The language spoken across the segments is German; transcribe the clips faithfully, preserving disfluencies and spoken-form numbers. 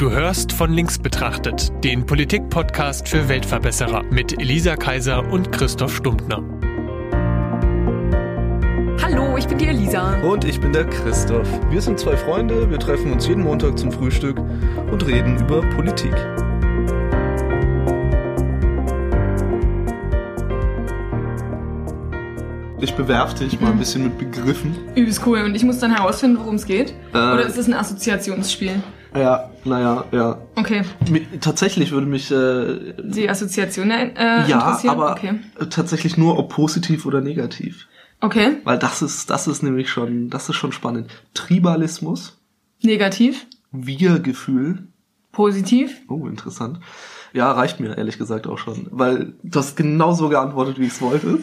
Du hörst von links betrachtet, den Politik-Podcast für Weltverbesserer mit Elisa Kaiser und Christoph Stumptner. Hallo, ich bin die Elisa. Und ich bin der Christoph. Wir sind zwei Freunde, wir treffen uns jeden Montag zum Frühstück und reden über Politik. Ich bewerfe dich mal ein bisschen mit Begriffen. Übelst cool. Und ich muss dann herausfinden, worum es geht? Äh, Oder ist es ein Assoziationsspiel? Ja, naja, ja. Okay. Mi- tatsächlich würde mich... Äh, Die Assoziation äh, ja, interessieren? aber Okay. tatsächlich nur, ob positiv oder negativ. Okay. Weil das ist, das ist nämlich schon, das ist schon spannend. Tribalismus, Negativ? Wir-Gefühl. Positiv? Oh, interessant. Ja, reicht mir ehrlich gesagt auch schon, weil du hast genau so geantwortet, wie ich es wollte.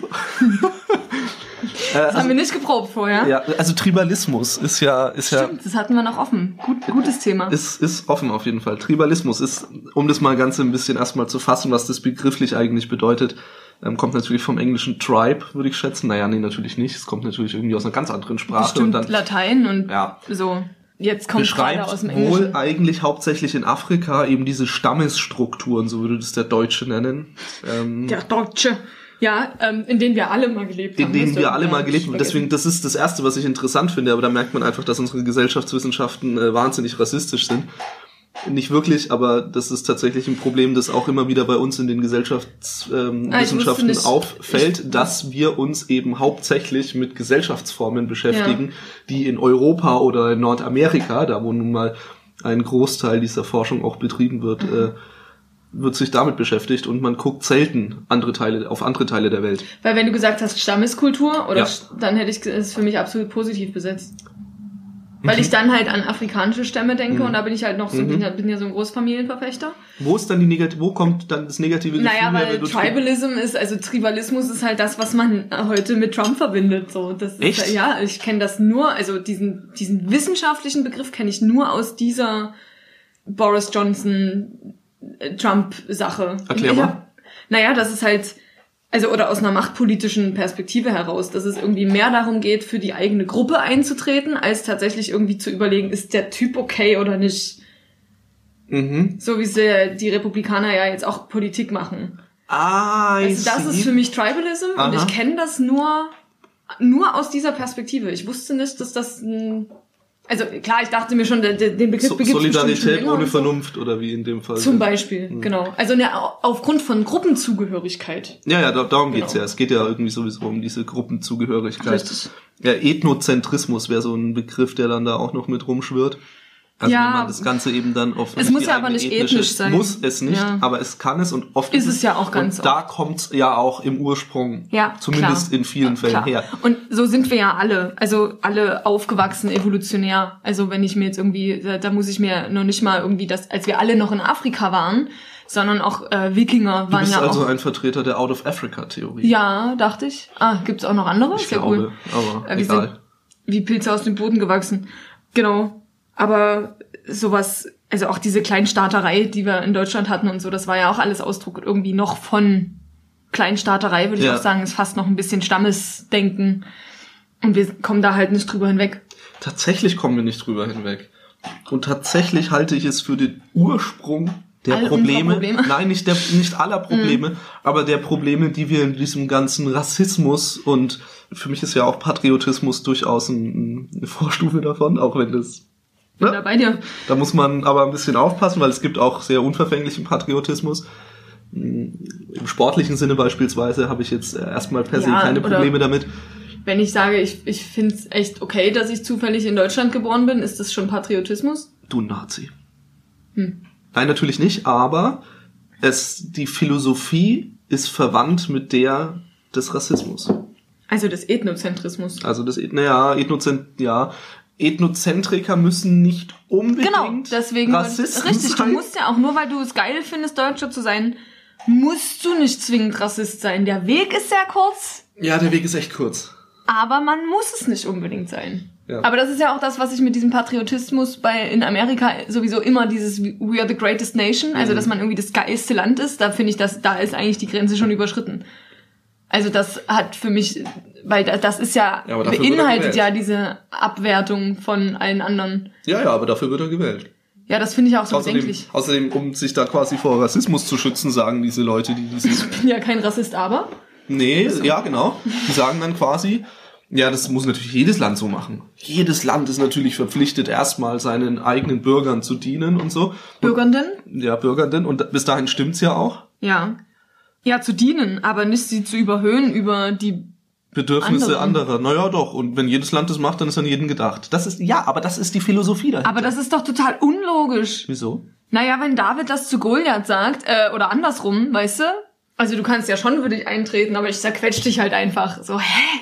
Das äh, also, haben wir nicht geprobt vorher. Ja, also Tribalismus ist ja... Ist Stimmt, ja, das hatten wir noch offen. Gut, gutes Thema. Ist, ist offen auf jeden Fall. Tribalismus ist, um das mal ganz ein bisschen erstmal zu fassen, was das begrifflich eigentlich bedeutet, ähm, kommt natürlich vom englischen Tribe, würde ich schätzen. Naja, nee, natürlich nicht. Es kommt natürlich irgendwie aus einer ganz anderen Sprache. Bestimmt und dann Latein und ja. so. Jetzt kommt gerade aus dem Englischen. Wohl eigentlich hauptsächlich in Afrika eben diese Stammesstrukturen, so würde das der Deutsche nennen. Ähm, der Deutsche. Ja, ähm, in denen wir alle mal gelebt in haben. denen wir du, alle äh, mal gelebt haben. Deswegen, das ist das Erste, was ich interessant finde, aber da merkt man einfach, dass unsere Gesellschaftswissenschaften äh, wahnsinnig rassistisch sind. Nicht wirklich, aber das ist tatsächlich ein Problem, das auch immer wieder bei uns in den Gesellschaftswissenschaften ähm, ah, auffällt, ich, dass wir uns eben hauptsächlich mit Gesellschaftsformen beschäftigen, ja. die in Europa oder in Nordamerika, da wo nun mal ein Großteil dieser Forschung auch betrieben wird, mhm. äh, wird sich damit beschäftigt und man guckt selten andere Teile auf andere Teile der Welt. Weil wenn du gesagt hast Stammeskultur, oder ja. dann hätte ich es für mich absolut positiv besetzt. Weil mhm. ich dann halt an afrikanische Stämme denke mhm. und da bin ich halt noch so, mhm. bin, ja, bin ja so ein Großfamilienverfechter. Wo ist dann die negative, wo kommt dann das negative Gefühl? Naja, weil her, Tribalism ist, also Tribalismus ist halt das, was man heute mit Trump verbindet, so. Das ist, echt? Ja, ich kenne das nur, also diesen, diesen wissenschaftlichen Begriff kenne ich nur aus dieser Boris Johnson Trump-Sache. Erklär mal. Hab, naja, das ist halt, also oder aus einer machtpolitischen Perspektive heraus, dass es irgendwie mehr darum geht, für die eigene Gruppe einzutreten, als tatsächlich irgendwie zu überlegen, ist der Typ okay oder nicht. Mhm. So wie sie die Republikaner ja jetzt auch Politik machen. Ah, also das ist für mich Tribalism. Aha. Und ich kenne das nur nur aus dieser Perspektive. Ich wusste nicht, dass das ein... Also klar, ich dachte mir schon, den Begriff so, Solidarität ohne so. Vernunft oder wie in dem Fall. Zum Beispiel, mhm. genau. Also ne, aufgrund von Gruppenzugehörigkeit. Ja, ja, da, darum geht's genau. ja. Es geht ja irgendwie sowieso um diese Gruppenzugehörigkeit. Richtig. Ja, Ethnozentrismus wäre so ein Begriff, der dann da auch noch mit rumschwirrt. Also ja, wenn man das Ganze eben dann auf... Es muss ja aber nicht ethnisch sein. Muss es nicht, ja. aber es kann es und oft ist es ja auch ganz und da kommt's ja auch im Ursprung, ja, zumindest klar. in vielen Fällen klar. her. Und so sind wir ja alle, also alle aufgewachsen, evolutionär. Also wenn ich mir jetzt irgendwie, da, da muss ich mir noch nicht mal irgendwie das, als wir alle noch in Afrika waren, sondern auch äh, Wikinger waren ja auch... Du bist also ein Vertreter der Out-of-Africa-Theorie. Ja, dachte ich. Ah, gibt's auch noch andere? Ich Ist ja glaube, cool. aber äh, wir egal. Sind wie Pilze aus dem Boden gewachsen. Genau. Aber sowas, also auch diese Kleinstaaterei, die wir in Deutschland hatten und so, das war ja auch alles Ausdruck irgendwie noch von Kleinstaaterei, würde ich ja. auch sagen, ist fast noch ein bisschen Stammesdenken. Und wir kommen da halt nicht drüber hinweg. Tatsächlich kommen wir nicht drüber hinweg. Und tatsächlich halte ich es für den Ursprung der All Probleme, Probleme, nein, nicht der, nicht aller Probleme, mhm. aber der Probleme, die wir in diesem ganzen Rassismus und für mich ist ja auch Patriotismus durchaus ein, eine Vorstufe davon, auch wenn das Bin ne? da bei dir. Da muss man aber ein bisschen aufpassen, weil es gibt auch sehr unverfänglichen Patriotismus. Im sportlichen Sinne beispielsweise habe ich jetzt erstmal per se ja, keine Probleme damit. Wenn ich sage, ich, ich finde es echt okay, dass ich zufällig in Deutschland geboren bin, ist das schon Patriotismus? Du Nazi. Hm. Nein, natürlich nicht, aber es, die Philosophie ist verwandt mit der des Rassismus. Also des Ethnozentrismus. Also das, naja, Ethnozent, ja... Ethnozentriker müssen nicht unbedingt genau, deswegen Rassisten richtig, sein. Du musst ja auch nur, weil du es geil findest, Deutscher zu sein, musst du nicht zwingend Rassist sein. Der Weg ist sehr kurz. Ja, der Weg ist echt kurz. Aber man muss es nicht unbedingt sein. Ja. Aber das ist ja auch das, was ich mit diesem Patriotismus bei in Amerika sowieso immer dieses We are the greatest nation, also mhm. dass man irgendwie das geilste Land ist, da finde ich, dass da ist eigentlich die Grenze schon überschritten. Also das hat für mich, weil das ist ja, ja beinhaltet ja diese Abwertung von allen anderen. Ja, ja, aber dafür wird er gewählt. Ja, das finde ich auch so außerdem, bedenklich. Außerdem, um sich da quasi vor Rassismus zu schützen, sagen diese Leute, die dieses... Ich bin ja kein Rassist, aber... Nee, also. ja, genau. Die sagen dann quasi, ja, das muss natürlich jedes Land so machen. Jedes Land ist natürlich verpflichtet, erstmal seinen eigenen Bürgern zu dienen und so. Bürgernden? Ja, Bürgernden. Und bis dahin stimmt's ja auch. Ja. Ja, zu dienen, aber nicht sie zu überhöhen über die Bedürfnisse anderen. anderer. Naja, doch. Und wenn jedes Land das macht, dann ist an jeden gedacht. Das ist, ja, aber das ist die Philosophie dahinter. Aber das ist doch total unlogisch. Wieso? Naja, wenn David das zu Goliath sagt, äh, oder andersrum, weißt du? Also du kannst ja schon für dich eintreten, aber ich zerquetsch dich halt einfach. So, hä?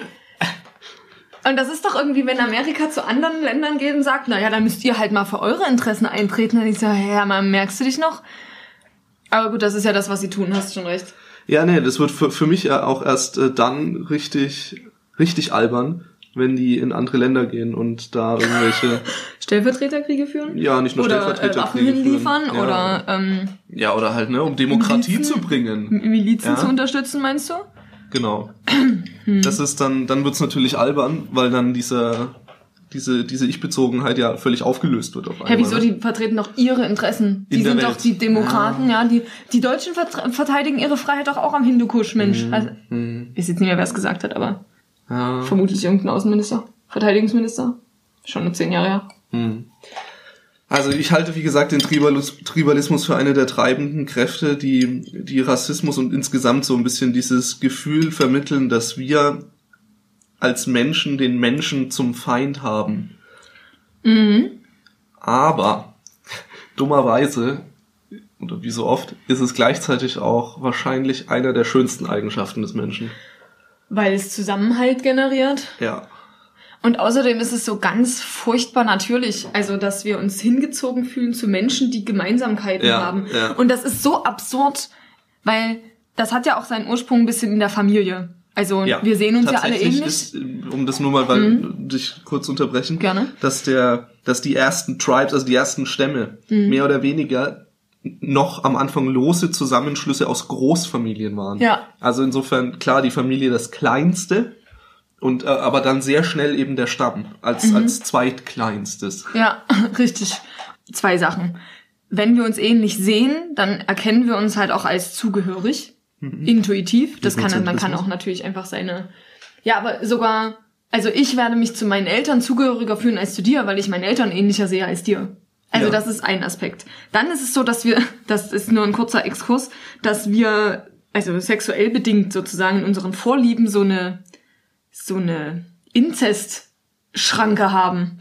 Und das ist doch irgendwie, wenn Amerika zu anderen Ländern geht und sagt, naja, dann müsst ihr halt mal für eure Interessen eintreten. Und ich so, ja, man, merkst du dich noch? Aber gut, das ist ja das, was sie tun, hast schon recht. Ja, nee, das wird für, für mich auch erst äh, dann richtig, richtig albern, wenn die in andere Länder gehen und da irgendwelche... Stellvertreterkriege führen? Ja, nicht nur oder, Stellvertreterkriege äh, Waffen hinliefern führen. Ja. Oder, ähm... Ja, oder halt, ne, um Demokratie Milizen, zu bringen. Milizen ja? zu unterstützen, meinst du? Genau. Das ist dann, dann wird's natürlich albern, weil dann dieser... diese diese Ich-Bezogenheit ja völlig aufgelöst wird auf einmal. Ja, wieso? Die vertreten doch ihre Interessen. Die sind doch die Demokraten, ja. ja. Die die Deutschen vert- verteidigen ihre Freiheit doch auch am Hindukusch, Mensch. Mhm. Also, ich weiß jetzt nicht mehr, wer es gesagt hat, aber ja. vermutlich irgendein Außenminister, Verteidigungsminister. Schon nur zehn Jahre her. Mhm. Also ich halte, wie gesagt, den Tribalis- Tribalismus für eine der treibenden Kräfte, die die Rassismus und insgesamt so ein bisschen dieses Gefühl vermitteln, dass wir als Menschen den Menschen zum Feind haben. Mhm. Aber dummerweise, oder wie so oft, ist es gleichzeitig auch wahrscheinlich einer der schönsten Eigenschaften des Menschen. Weil es Zusammenhalt generiert. Ja. Und außerdem ist es so ganz furchtbar natürlich, also dass wir uns hingezogen fühlen zu Menschen, die Gemeinsamkeiten ja, haben. Ja. Und das ist so absurd, weil das hat ja auch seinen Ursprung ein bisschen in der Familie. Also ja, wir sehen uns ja alle ähnlich. Ist, um das nur mal, weil mhm. dich kurz unterbrechen, gerne, dass der, dass die ersten Tribes, also die ersten Stämme, mhm. mehr oder weniger noch am Anfang lose Zusammenschlüsse aus Großfamilien waren. Ja. Also insofern klar die Familie das Kleinste und äh, aber dann sehr schnell eben der Stamm als mhm. als zweitkleinstes. Ja, richtig. Zwei Sachen. Wenn wir uns ähnlich sehen, dann erkennen wir uns halt auch als zugehörig. Mhm. Intuitiv. Das kann, man kann auch natürlich einfach seine, ja, aber sogar, also ich werde mich zu meinen Eltern zugehöriger fühlen als zu dir, weil ich meine Eltern ähnlicher sehe als dir. Also ja. Das ist ein Aspekt. Dann ist es so, dass wir, das ist nur ein kurzer Exkurs, dass wir, also sexuell bedingt sozusagen in unseren Vorlieben so eine, so eine Inzestschranke haben.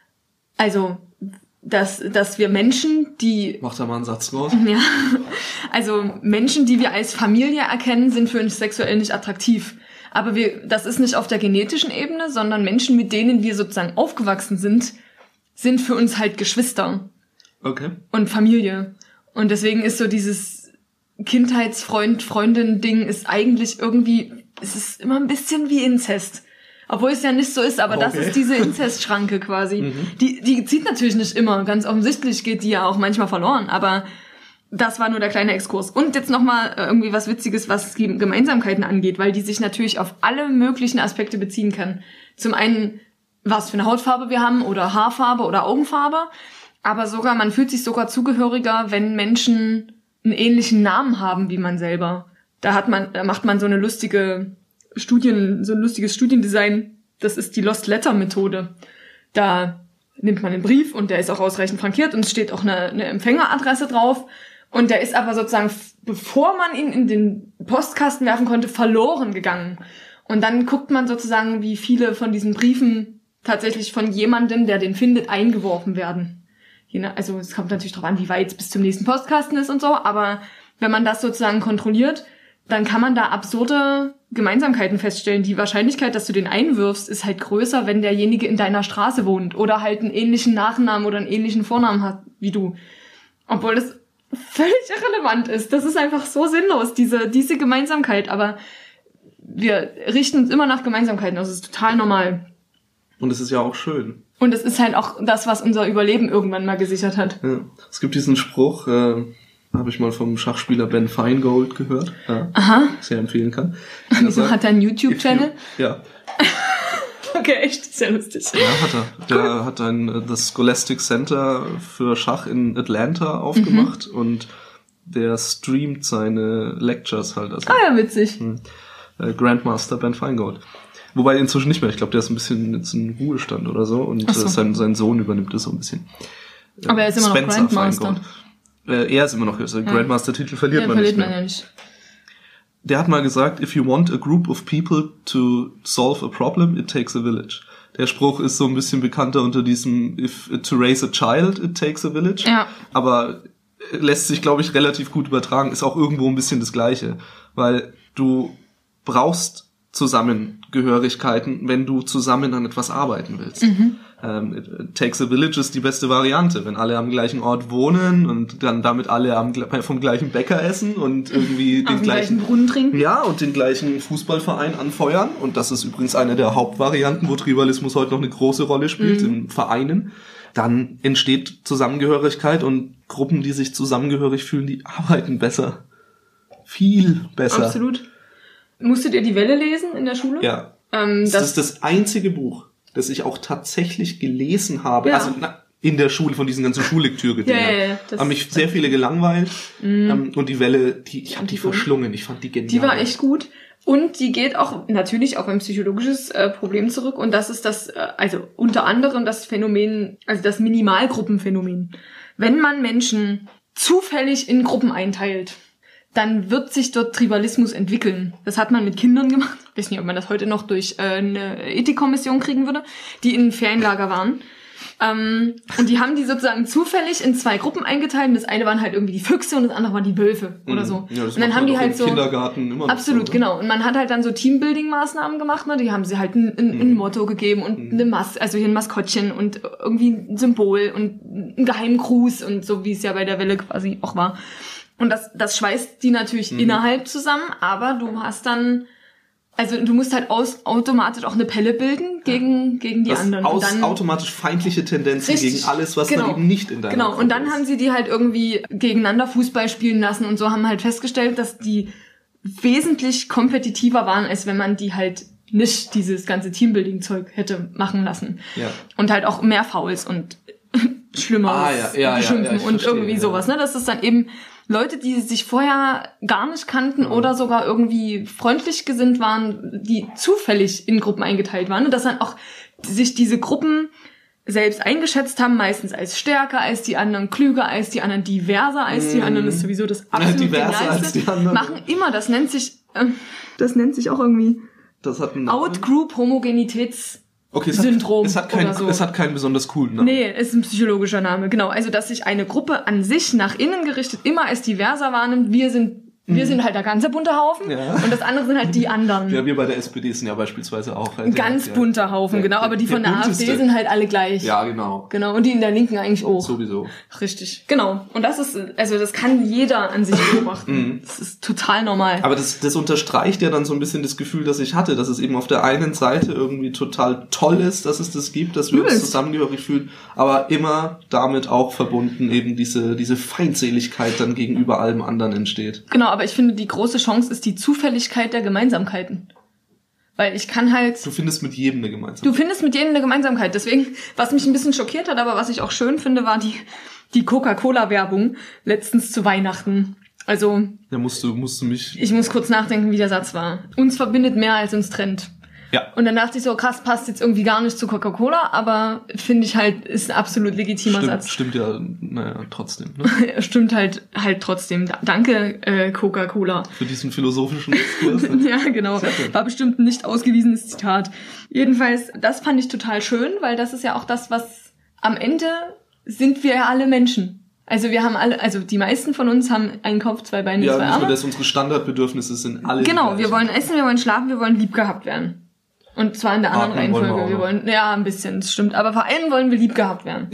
Also, dass, dass wir Menschen, die... Mach da mal einen Satz raus. Ja, also Menschen, die wir als Familie erkennen, sind für uns sexuell nicht attraktiv. Aber wir, das ist nicht auf der genetischen Ebene, sondern Menschen, mit denen wir sozusagen aufgewachsen sind, sind für uns halt Geschwister. Okay. Und Familie. Und deswegen ist so dieses Kindheitsfreund-Freundin-Ding ist eigentlich irgendwie, es ist immer ein bisschen wie Inzest. Obwohl es ja nicht so ist, aber okay. Das ist diese Inzestschranke quasi. Mhm. Die, die zieht natürlich nicht immer. Ganz offensichtlich geht die ja auch manchmal verloren. Aber das war nur der kleine Exkurs. Und jetzt nochmal irgendwie was Witziges, was Gemeinsamkeiten angeht, weil die sich natürlich auf alle möglichen Aspekte beziehen kann. Zum einen, was für eine Hautfarbe wir haben oder Haarfarbe oder Augenfarbe. Aber sogar, man fühlt sich sogar zugehöriger, wenn Menschen einen ähnlichen Namen haben wie man selber. Da hat man, da macht man so eine lustige Studien, so ein lustiges Studiendesign. Das ist die Lost Letter Methode. Da nimmt man einen Brief und der ist auch ausreichend frankiert und es steht auch eine, eine Empfängeradresse drauf. Und der ist aber sozusagen, bevor man ihn in den Postkasten werfen konnte, verloren gegangen. Und dann guckt man sozusagen, wie viele von diesen Briefen tatsächlich von jemandem, der den findet, eingeworfen werden. Also es kommt natürlich darauf an, wie weit es bis zum nächsten Postkasten ist und so, aber wenn man das sozusagen kontrolliert, dann kann man da absurde Gemeinsamkeiten feststellen. Die Wahrscheinlichkeit, dass du den einwirfst, ist halt größer, wenn derjenige in deiner Straße wohnt oder halt einen ähnlichen Nachnamen oder einen ähnlichen Vornamen hat wie du. Obwohl das völlig irrelevant ist. Das ist einfach so sinnlos, diese, diese Gemeinsamkeit. Aber wir richten uns immer nach Gemeinsamkeiten. Das ist total normal. Und es ist ja auch schön. Und es ist halt auch das, was unser Überleben irgendwann mal gesichert hat. Ja. Es gibt diesen Spruch, äh, habe ich mal vom Schachspieler Ben Feingold gehört, ja, aha, sehr empfehlen kann. Wieso hat er einen YouTube-Channel? Ja. Okay, echt? Sehr lustig. Ja, hat er. Der cool. hat ein das Scholastic Center für Schach in Atlanta aufgemacht mhm. und der streamt seine Lectures halt. Also, ah ja, witzig. Äh, Grandmaster Ben Feingold. Wobei inzwischen nicht mehr. Ich glaube, der ist ein bisschen jetzt in Ruhestand oder so und so. äh, sein, sein Sohn übernimmt das so ein bisschen. Äh, Aber er ist immer Spencer noch Grandmaster. Äh, er ist immer noch, also ja. Grandmaster-Titel verliert ja, man verliert nicht mehr. Man ja nicht. Der hat mal gesagt, if you want a group of people to solve a problem, it takes a village. Der Spruch ist so ein bisschen bekannter unter diesem if to raise a child, it takes a village. Ja. Aber lässt sich, glaube ich, relativ gut übertragen. Ist auch irgendwo ein bisschen das Gleiche. Weil du brauchst Zusammengehörigkeiten, wenn du zusammen an etwas arbeiten willst. Mhm. Ähm, it takes a village ist die beste Variante, wenn alle am gleichen Ort wohnen und dann damit alle am, vom gleichen Bäcker essen und irgendwie den gleichen Brunnen trinken. Ja, und den gleichen Fußballverein anfeuern. Und das ist übrigens eine der Hauptvarianten, wo Tribalismus heute noch eine große Rolle spielt, mhm. in Vereinen. Dann entsteht Zusammengehörigkeit und Gruppen, die sich zusammengehörig fühlen, die arbeiten besser. Viel besser. Absolut. Musstet ihr die Welle lesen in der Schule? Ja. Ähm, das, das ist das einzige Buch, das ich auch tatsächlich gelesen habe. Ja. Also na, in der Schule, von diesen ganzen Schullektüre-Dingen. Ja, ja, ja, das haben mich sehr viele gelangweilt. Mhm. Ähm, und die Welle, die, ich habe die verschlungen. Ich fand die genial. Die war echt gut. Und die geht auch natürlich auf ein psychologisches äh, Problem zurück. Und das ist das, äh, also unter anderem das Phänomen, also das Minimalgruppenphänomen. Wenn man Menschen zufällig in Gruppen einteilt, dann wird sich dort Tribalismus entwickeln. Das hat man mit Kindern gemacht. Ich weiß nicht, ob man das heute noch durch äh, eine Ethikkommission kriegen würde, die in Ferienlager waren. Ähm, und die haben die sozusagen zufällig in zwei Gruppen eingeteilt. Und das eine waren halt irgendwie die Füchse und das andere waren die Wölfe oder so. Ja, das und dann haben die halt so Kindergarten immer absolut so, genau. Und man hat halt dann so Teambuilding-Maßnahmen gemacht. Ne? Die haben sie halt ein, ein, ein Motto gegeben und mhm. eine Mas also hier ein Maskottchen und irgendwie ein Symbol und einen geheimen Gruß und so wie es ja bei der Welle quasi auch war. Und das, das schweißt die natürlich mhm. innerhalb zusammen, aber du hast dann, also du musst halt aus, automatisch auch eine Pelle bilden gegen, ja. gegen die das anderen. Aus, und dann, automatisch feindliche Tendenzen richtig, gegen alles, was genau, dann eben nicht in deiner Genau, Gruppe und dann ist. haben sie die halt irgendwie gegeneinander Fußball spielen lassen und so haben halt festgestellt, dass die wesentlich kompetitiver waren, als wenn man die halt nicht dieses ganze Teambuilding-Zeug hätte machen lassen. Ja. Und halt auch mehr Fouls und Schlimmeres ah, ja, ja, beschimpfen ja, ja, und verstehe, irgendwie ja. sowas. Ne? Das ist dann eben Leute, die sich vorher gar nicht kannten mhm. oder sogar irgendwie freundlich gesinnt waren, die zufällig in Gruppen eingeteilt waren. Und dass dann auch sich diese Gruppen selbst eingeschätzt haben, meistens als stärker als die anderen, klüger als die anderen, diverser als die anderen, das ist sowieso das absolut diverser als die anderen. Machen immer, das nennt sich, äh, das nennt sich auch irgendwie das hat einen Outgroup-Homogenitäts- Okay, es Syndrom hat, es hat kein, oder so. Es hat keinen besonders coolen Namen. Nee, ist ein psychologischer Name, genau. Also, dass sich eine Gruppe an sich nach innen gerichtet immer als diverser wahrnimmt. Wir sind, wir sind halt der ganze bunte Haufen ja. und das andere sind halt die anderen. Ja, wir bei der S P D sind ja beispielsweise auch. Halt ein ganz der, bunter Haufen, der, genau. Aber die der von der bunteste. AfD sind halt alle gleich. Ja, genau. Genau. Und die in der Linken eigentlich auch. Sowieso. Richtig. Genau. Und das ist, also das kann jeder an sich beobachten. Das ist total normal. Aber das, das unterstreicht ja dann so ein bisschen das Gefühl, das ich hatte, dass es eben auf der einen Seite irgendwie total toll ist, dass es das gibt, dass wir uns zusammengehörig fühlen, aber immer damit auch verbunden eben diese, diese Feindseligkeit dann gegenüber allem anderen entsteht. Genau, aber ich finde, die große Chance ist die Zufälligkeit der Gemeinsamkeiten. Weil ich kann halt... Du findest mit jedem eine Gemeinsamkeit. Du findest mit jedem eine Gemeinsamkeit. Deswegen, was mich ein bisschen schockiert hat, aber was ich auch schön finde, war die, die Coca-Cola-Werbung letztens zu Weihnachten. Also... Ja, musst du, musst du mich... Ich muss kurz nachdenken, wie der Satz war. Uns verbindet mehr, als uns trennt. Ja. Und dann dachte ich so, krass, passt jetzt irgendwie gar nicht zu Coca-Cola, aber finde ich halt, ist ein absolut legitimer stimmt, Satz. Stimmt ja, naja, trotzdem. Ne? Stimmt halt halt trotzdem. Danke, äh, Coca-Cola. Für diesen philosophischen Diskurs. Ja, genau. War bestimmt ein nicht ausgewiesenes Zitat. Jedenfalls, das fand ich total schön, weil das ist ja auch das, was am Ende sind wir ja alle Menschen. Also wir haben alle, also die meisten von uns haben einen Kopf, zwei Beine, ja, zwei Arme. Ja, das unsere Standardbedürfnisse sind alle. Genau, wir wollen essen, wir wollen schlafen, wir wollen lieb gehabt werden. Und zwar in der anderen Atmen Reihenfolge. wollen wir, wir wollen, ja, ein bisschen, das stimmt. Aber vor allem wollen wir lieb gehabt werden.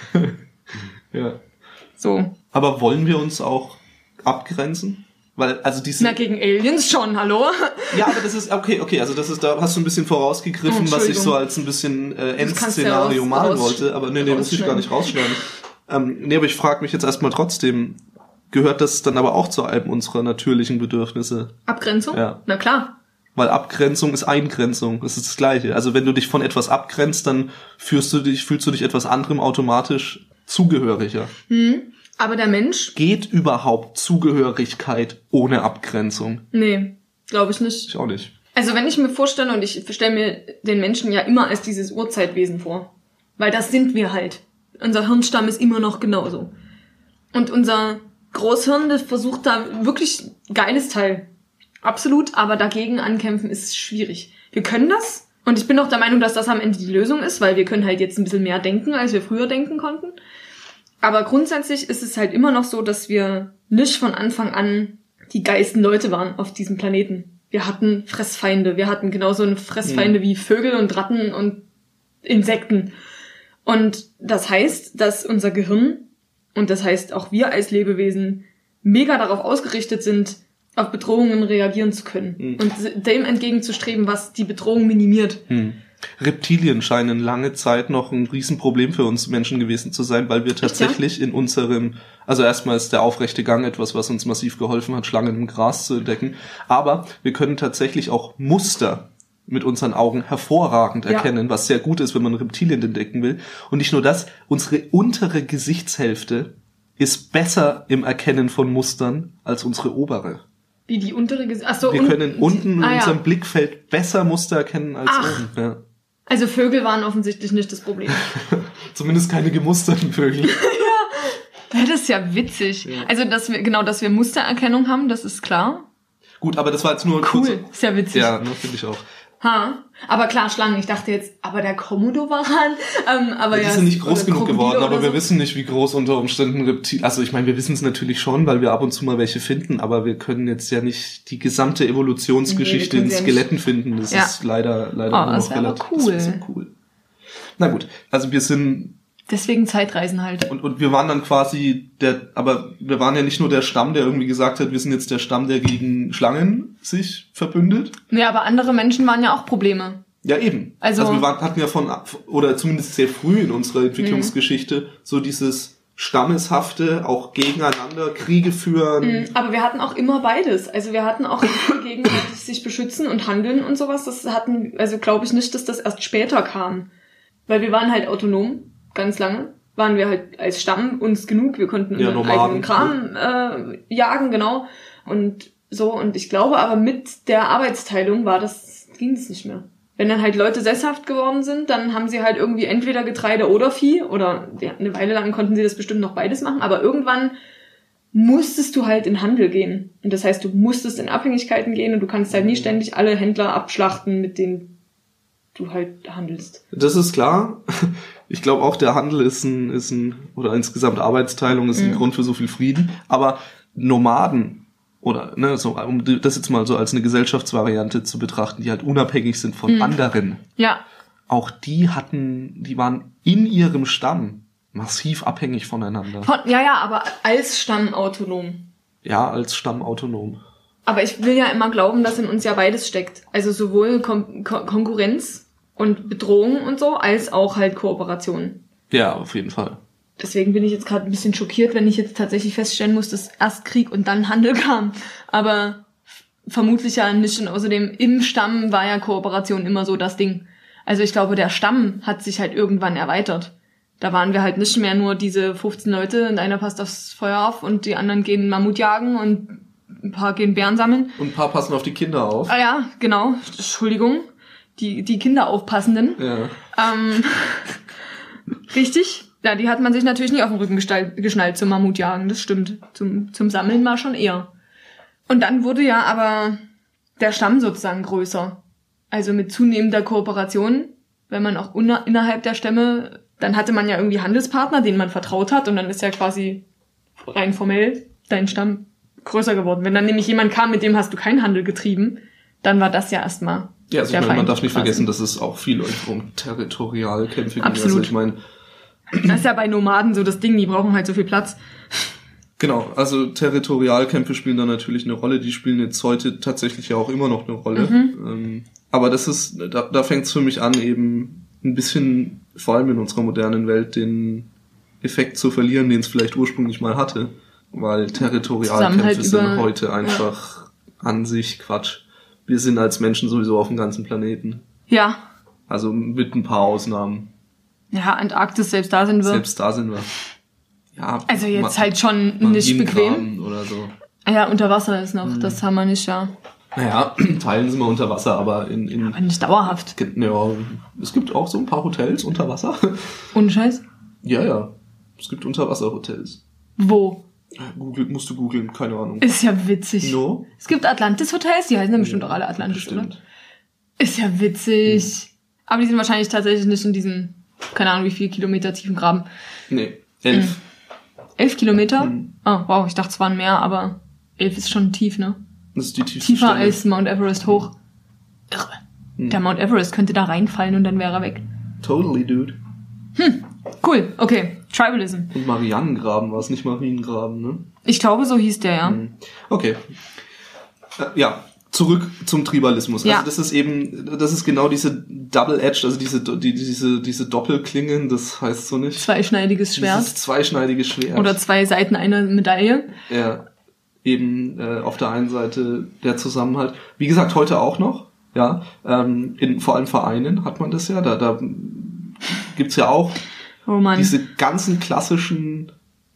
Ja. So. Aber wollen wir uns auch abgrenzen? Weil, also diese... Na, gegen Aliens schon, hallo? Ja, aber das ist, okay, okay, also das ist, da hast du ein bisschen vorausgegriffen, oh, was ich so als ein bisschen äh, Endszenario ja malen raus, wollte. Aber nee, nee, muss ich gar nicht rausschneiden. ähm, nee, aber ich frage mich jetzt erstmal trotzdem, gehört das dann aber auch zu einem unserer natürlichen Bedürfnisse? Abgrenzung? Ja. Na klar. Weil Abgrenzung ist Eingrenzung. Das ist das Gleiche. Also wenn du dich von etwas abgrenzt, dann fühlst du dich, fühlst du dich etwas anderem automatisch zugehöriger. Hm. Aber der Mensch... Geht überhaupt Zugehörigkeit ohne Abgrenzung? Nee, glaube ich nicht. Ich auch nicht. Also wenn ich mir vorstelle, und ich stelle mir den Menschen ja immer als dieses Urzeitwesen vor, weil das sind wir halt. Unser Hirnstamm ist immer noch genauso. Und unser Großhirn, das versucht da wirklich geiles Teil. Absolut, aber dagegen ankämpfen ist schwierig. Wir können das und ich bin auch der Meinung, dass das am Ende die Lösung ist, weil wir können halt jetzt ein bisschen mehr denken, als wir früher denken konnten. Aber grundsätzlich ist es halt immer noch so, dass wir nicht von Anfang an die geilsten Leute waren auf diesem Planeten. Wir hatten Fressfeinde, wir hatten genauso eine Fressfeinde mhm. wie Vögel und Ratten und Insekten. Und das heißt, dass unser Gehirn und das heißt auch wir als Lebewesen mega darauf ausgerichtet sind, auf Bedrohungen reagieren zu können mhm. und dem entgegenzustreben, was die Bedrohung minimiert. Mhm. Reptilien scheinen lange Zeit noch ein Riesenproblem für uns Menschen gewesen zu sein, weil wir tatsächlich in unserem, also erstmal ist der aufrechte Gang etwas, was uns massiv geholfen hat, Schlangen im Gras zu entdecken, aber wir können tatsächlich auch Muster mit unseren Augen hervorragend erkennen, ja. was sehr gut ist, wenn man Reptilien entdecken will. Und nicht nur das, unsere untere Gesichtshälfte ist besser im Erkennen von Mustern als unsere obere. Wie die untere Gesicht... Ach so, wir un- können unten in ah, unserem ja. Blickfeld besser Muster erkennen als Ach. oben. Ja. Also Vögel waren offensichtlich nicht das Problem. Zumindest keine gemusterten Vögel. ja, das ist ja witzig. Ja. Also dass wir genau, dass wir Mustererkennung haben, das ist klar. Gut, aber das war jetzt nur ein cool, kurzer... ist ja witzig. Ja, ne, finde ich auch. Ha, aber klar, Schlangen. Ich dachte jetzt, aber der Komodo-Varan, ähm, aber ja, ja. Die sind nicht groß genug geworden, aber so. wir wissen nicht, wie groß unter Umständen Reptilien... Also ich meine, wir wissen es natürlich schon, weil wir ab und zu mal welche finden, aber wir können jetzt ja nicht die gesamte Evolutionsgeschichte nee, in Skeletten ja finden. Das ja. ist leider leider oh, nur noch relativ cool. Das so cool. Na gut, also wir sind... Deswegen Zeitreisen halt. Und, und wir waren dann quasi der, aber wir waren ja nicht nur der Stamm, der irgendwie gesagt hat, wir sind jetzt der Stamm, der gegen Schlangen sich verbündet. Ja, aber andere Menschen waren ja auch Probleme. Ja, eben. Also, also wir waren, hatten ja von, oder zumindest sehr früh in unserer Entwicklungsgeschichte, mhm. so dieses Stammeshafte, auch gegeneinander Kriege führen. Mhm, aber wir hatten auch immer beides. Also wir hatten auch gegenseitig sich beschützen und handeln und sowas. Das hatten, also glaube ich nicht, dass das erst später kam. Weil wir waren halt autonom. Ganz lange waren wir halt als Stamm uns genug. Wir konnten ja, unseren eigenen Kram äh, jagen, genau. Und so. Und ich glaube aber mit der Arbeitsteilung war das, ging es nicht mehr. Wenn dann halt Leute sesshaft geworden sind, dann haben sie halt irgendwie entweder Getreide oder Vieh. Oder ja, eine Weile lang konnten sie das bestimmt noch beides machen. Aber irgendwann musstest du halt in Handel gehen. Und das heißt, du musstest in Abhängigkeiten gehen und du kannst halt nie ständig alle Händler abschlachten, mit denen du halt handelst. Das ist klar. Ich glaube auch, der Handel ist ein, ist ein, oder insgesamt Arbeitsteilung ist ein mhm. Grund für so viel Frieden. Aber Nomaden, oder, ne, so, um das jetzt mal so als eine Gesellschaftsvariante zu betrachten, die halt unabhängig sind von mhm. anderen. Ja. Auch die hatten, die waren in ihrem Stamm massiv abhängig voneinander. Von, ja, ja, aber als Stamm autonom. Ja, als Stamm autonom. Aber ich will ja immer glauben, dass in uns ja beides steckt. Also sowohl Kon- Kon- Konkurrenz und Bedrohung und so, als auch halt Kooperation. Ja, auf jeden Fall. Deswegen bin ich jetzt gerade ein bisschen schockiert, wenn ich jetzt tatsächlich feststellen muss, dass erst Krieg und dann Handel kam. Aber vermutlich ja nicht. Und außerdem im Stamm war ja Kooperation immer so das Ding. Also ich glaube, der Stamm hat sich halt irgendwann erweitert. Da waren wir halt nicht mehr nur diese fünfzehn Leute und einer passt aufs Feuer auf und die anderen gehen Mammut jagen und ein paar gehen Bären sammeln. Und ein paar passen auf die Kinder auf. Ah ja, genau. Entschuldigung. Die, die Kinderaufpassenden. Ja. Ähm, richtig. Ja, die hat man sich natürlich nicht auf den Rücken gestall, geschnallt zum Mammutjagen, das stimmt. Zum, zum Sammeln mal schon eher. Und dann wurde ja aber der Stamm sozusagen größer. Also mit zunehmender Kooperation, wenn man auch unna- innerhalb der Stämme, dann hatte man ja irgendwie Handelspartner, denen man vertraut hat und dann ist ja quasi rein formell dein Stamm größer geworden. Wenn dann nämlich jemand kam, mit dem hast du keinen Handel getrieben, dann war das ja erstmal ja, also der ich meine, man darf nicht quasi vergessen, dass es auch viel um Territorialkämpfe ging. Absolut. Also ich meine, das ist ja bei Nomaden so das Ding, die brauchen halt so viel Platz. Genau, also Territorialkämpfe spielen da natürlich eine Rolle, die spielen jetzt heute tatsächlich ja auch immer noch eine Rolle. Mhm. Ähm, aber das ist, da, da fängt es für mich an, eben ein bisschen, vor allem in unserer modernen Welt, den Effekt zu verlieren, den es vielleicht ursprünglich mal hatte. Weil Territorialkämpfe sind heute einfach ja. an sich Quatsch. wir sind als Menschen sowieso auf dem ganzen Planeten. Ja. Also mit ein paar Ausnahmen. Ja, Antarktis, selbst da sind wir. Selbst da sind wir. Ja. Also jetzt halt schon nicht bequem. Oder so. Ja, unter Wasser ist noch, mhm. das haben wir nicht, ja. Naja, Teilen sind wir unter Wasser, aber in... in aber nicht dauerhaft. Ja, es gibt auch so ein paar Hotels unter Wasser. Ohne Scheiß? Ja, ja. Es gibt Unterwasserhotels. Wo? Google, musst du googeln, keine Ahnung. Ist ja witzig. No? Es gibt Atlantis-Hotels, die heißen ja bestimmt auch alle Atlantis, oder? Ist ja witzig. Hm. Aber die sind wahrscheinlich tatsächlich nicht in diesem, keine Ahnung, wie viel Kilometer tiefen Graben. Nee, elf. Hm. Elf Kilometer? Hm. Oh, wow, ich dachte, es waren mehr, aber elf ist schon tief, ne? Das ist die tiefste Tiefer Stelle. als Mount Everest hoch. Irre. Hm. Der Mount Everest könnte da reinfallen und dann wäre er weg. Totally, dude. Hm, cool, okay. Tribalism. Und Marianengraben war es, nicht Mariengraben, ne? Ich glaube, so hieß der, ja. Hm. Okay. Äh, ja, zurück zum Tribalismus. Ja. Also das ist eben, das ist genau diese Double-Edged, also diese, die, diese, diese Doppelklingen, das heißt so nicht. Zweischneidiges Schwert. Dieses zweischneidige Schwert. Oder zwei Seiten einer Medaille. Ja. Eben äh, auf der einen Seite der Zusammenhalt. Wie gesagt, heute auch noch, ja. Ähm, in vor allem Vereinen hat man das ja. Da, da gibt's ja auch oh Mann. diese ganzen klassischen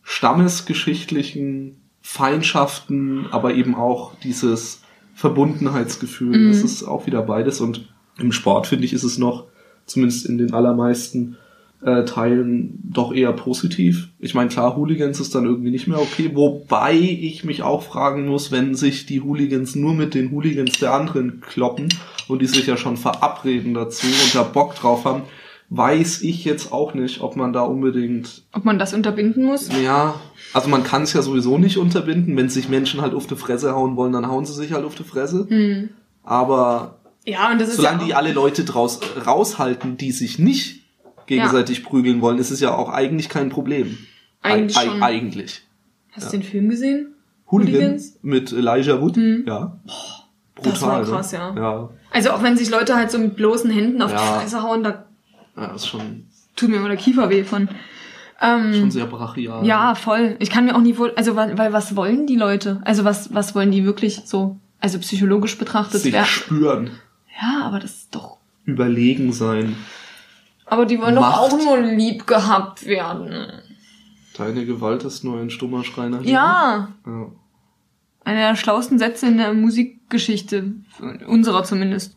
stammesgeschichtlichen Feindschaften, aber eben auch dieses Verbundenheitsgefühl. Mhm. Das ist auch wieder beides. Und im Sport, finde ich, ist es noch, zumindest in den allermeisten äh, Teilen, doch eher positiv. Ich meine, klar, Hooligans ist dann irgendwie nicht mehr okay, wobei ich mich auch fragen muss, wenn sich die Hooligans nur mit den Hooligans der anderen kloppen und die sich ja schon verabreden dazu und da Bock drauf haben, weiß ich jetzt auch nicht, ob man da unbedingt... Ob man das unterbinden muss? Ja, also man kann es ja sowieso nicht unterbinden. Wenn sich Menschen halt auf die Fresse hauen wollen, dann hauen sie sich halt auf die Fresse. Hm. Aber ja, und das ist solange ja die alle Leute draus raushalten, die sich nicht gegenseitig ja. prügeln wollen, ist es ja auch eigentlich kein Problem. Eigentlich Eig- schon. Eigentlich. Hast ja. du den Film gesehen? Hooligan Hooligans? Mit Elijah Wood? Hm. Ja. Boah, brutal. Das war krass, ne? ja. ja. Also auch wenn sich Leute halt so mit bloßen Händen auf ja. die Fresse hauen, da ja, das ist schon... tut mir immer der Kiefer weh von. Ähm, schon sehr brachial. Ja, voll. Ich kann mir auch nie wohl, also weil, weil was wollen die Leute? Also was was wollen die wirklich so, also psychologisch betrachtet? Sich wer, spüren. Ja, aber das ist doch... Überlegen sein. Aber die wollen Macht. doch auch nur lieb gehabt werden. Deine Gewalt ist nur ein stummer Schrei nach Liebe. Ja. ja. Einer der schlauesten Sätze in der Musikgeschichte. Unserer zumindest.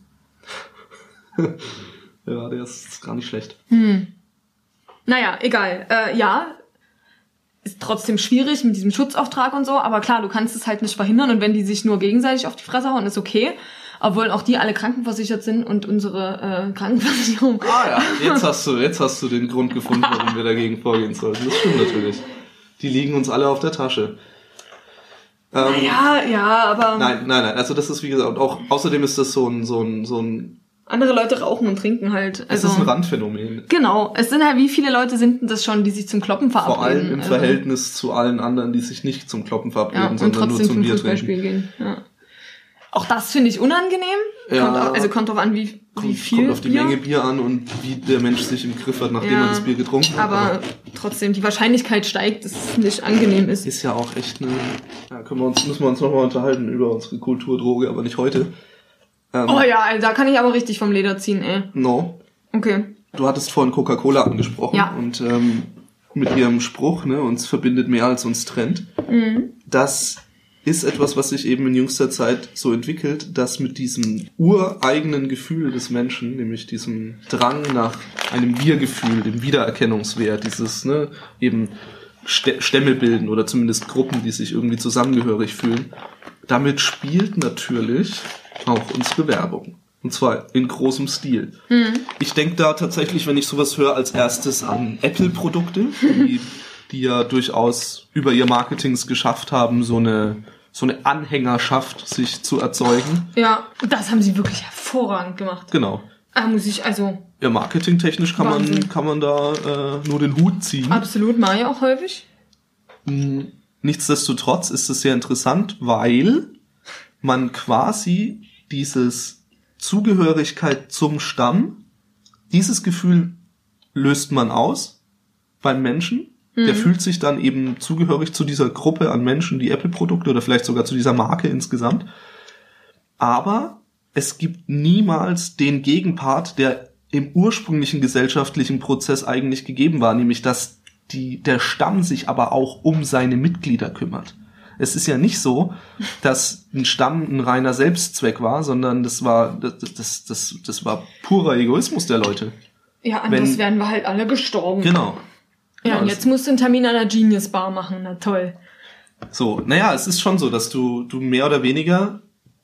Ja, der ist gar nicht schlecht. Hm. Naja, egal. Äh, ja, ist trotzdem schwierig mit diesem Schutzauftrag und so, aber klar, du kannst es halt nicht verhindern und wenn die sich nur gegenseitig auf die Fresse hauen, ist okay. Obwohl auch die alle krankenversichert sind und unsere äh, Krankenversicherung... Ah ja, jetzt hast du jetzt hast du den Grund gefunden, warum wir dagegen vorgehen sollten. Das stimmt natürlich. Die liegen uns alle auf der Tasche. Ähm, ja, ja, aber... Nein, nein, nein. Also das ist wie gesagt, auch außerdem ist das so ein so ein so ein andere Leute rauchen und trinken halt. Also, es ist ein Randphänomen. Genau. Es sind halt, wie viele Leute sind denn das schon, die sich zum Kloppen verabreden? Vor allem im also, Verhältnis zu allen anderen, die sich nicht zum Kloppen verabreden, ja, und sondern nur trotzdem zum zum Bier Fußballspiel trinken. gehen. Ja. Auch das finde ich unangenehm. Ja. Kommt auch, also kommt drauf an, wie, wie Kommt, viel kommt auf die Bier. Menge Bier an und wie der Mensch sich im Griff hat, nachdem Ja, er das Bier getrunken hat. Aber trotzdem, die Wahrscheinlichkeit steigt, dass es nicht angenehm ist. Ist ja auch echt eine... Ja, können wir uns, müssen wir uns nochmal unterhalten über unsere Kulturdroge, aber nicht heute. Ähm, Oh ja, also da kann ich aber richtig vom Leder ziehen, ey. No. Okay. Du hattest vorhin Coca-Cola angesprochen. Ja. Und ähm, mit ihrem Spruch, ne, uns verbindet mehr als uns trennt. Mhm. Das ist etwas, was sich eben in jüngster Zeit so entwickelt, dass mit diesem ureigenen Gefühl des Menschen, nämlich diesem Drang nach einem Wir-Gefühl, dem Wiedererkennungswert, dieses, ne, eben Stämme bilden oder zumindest Gruppen, die sich irgendwie zusammengehörig fühlen, damit spielt natürlich auch unsere Werbung. Und zwar in großem Stil. Mhm. Ich denke da tatsächlich, wenn ich sowas höre, als erstes an Apple-Produkte, die, die ja durchaus über ihr Marketings geschafft haben, so eine, so eine Anhängerschaft sich zu erzeugen. Ja, das haben sie wirklich hervorragend gemacht. Genau. Ah, muss ich, also... Ja, marketingtechnisch kann Wahnsinn. man, kann man da äh, nur den Hut ziehen. Absolut, mache ich auch häufig. Nichtsdestotrotz ist es sehr interessant, weil man quasi dieses Zugehörigkeit zum Stamm, dieses Gefühl löst man aus beim Menschen. Mhm. Der fühlt sich dann eben zugehörig zu dieser Gruppe an Menschen, die Apple-Produkte oder vielleicht sogar zu dieser Marke insgesamt. Aber es gibt niemals den Gegenpart, der im ursprünglichen gesellschaftlichen Prozess eigentlich gegeben war, nämlich dass die, der Stamm sich aber auch um seine Mitglieder kümmert. Es ist ja nicht so, dass ein Stamm ein reiner Selbstzweck war, sondern das war, das, das, das, das war purer Egoismus der Leute. Ja, anders Wenn, wären wir halt alle gestorben. Genau. Ja, und jetzt musst du einen Termin an der Genius Bar machen, na toll. So, naja, es ist schon so, dass du, du mehr oder weniger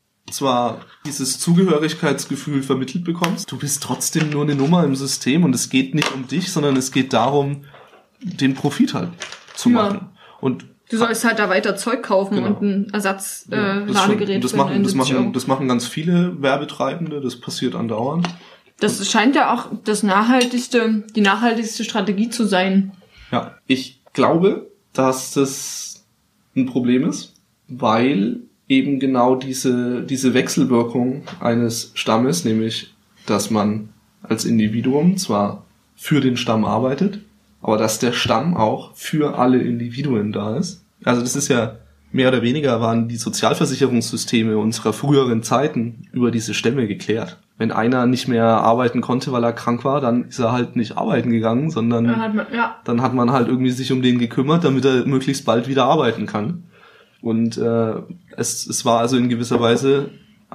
zwar dieses Zugehörigkeitsgefühl vermittelt bekommst, du bist trotzdem nur eine Nummer im System und es geht nicht um dich, sondern es geht darum, den Profit halt zu machen. Ja. Und du sollst halt da weiter Zeug kaufen, genau, und ein Ersatz-Ladegerät. Äh, das, das, machen, das, machen, das machen ganz viele Werbetreibende, das passiert andauernd. Das scheint ja auch das nachhaltigste, die nachhaltigste Strategie zu sein. Ja, ich glaube, dass das ein Problem ist, weil eben genau diese, diese Wechselwirkung eines Stammes, nämlich, dass man als Individuum zwar für den Stamm arbeitet, aber dass der Stamm auch für alle Individuen da ist. Also das ist ja mehr oder weniger waren die Sozialversicherungssysteme unserer früheren Zeiten über diese Stämme geklärt. Wenn einer nicht mehr arbeiten konnte, weil er krank war, dann ist er halt nicht arbeiten gegangen, sondern dann hat man, ja. dann hat man halt irgendwie sich um den gekümmert, damit er möglichst bald wieder arbeiten kann. Und äh, es, es war also in gewisser Weise,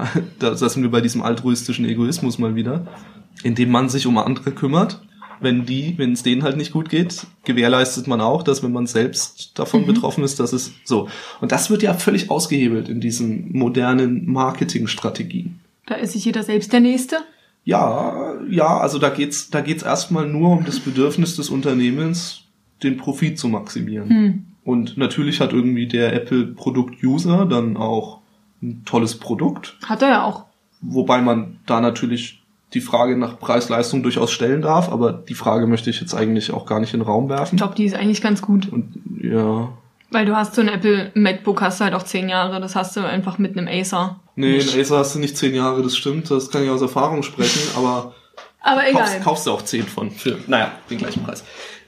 da sind wir bei diesem altruistischen Egoismus mal wieder, indem man sich um andere kümmert. Wenn die, wenn es denen halt nicht gut geht, gewährleistet man auch, dass wenn man selbst davon mhm. betroffen ist, dass es so. Und das wird ja völlig ausgehebelt in diesen modernen Marketingstrategien. Da ist sich jeder selbst der Nächste? Ja, ja, also da geht's, da geht's erstmal nur um das Bedürfnis des Unternehmens, den Profit zu maximieren. Hm. Und natürlich hat irgendwie der Apple-Produkt-User dann auch ein tolles Produkt. Hat er ja auch. Wobei man da natürlich die Frage nach Preis-Leistung durchaus stellen darf, aber die Frage möchte ich jetzt eigentlich auch gar nicht in den Raum werfen. Ich glaube, die ist eigentlich ganz gut. Und ja. Weil du hast so ein Apple MacBook, hast du halt auch zehn Jahre, das hast du einfach mit einem Acer. Nee, ein Acer hast du nicht zehn Jahre, das stimmt, das kann ich aus Erfahrung sprechen, aber, aber egal. Kaufst, kaufst du auch zehn von für, naja, den gleichen Preis.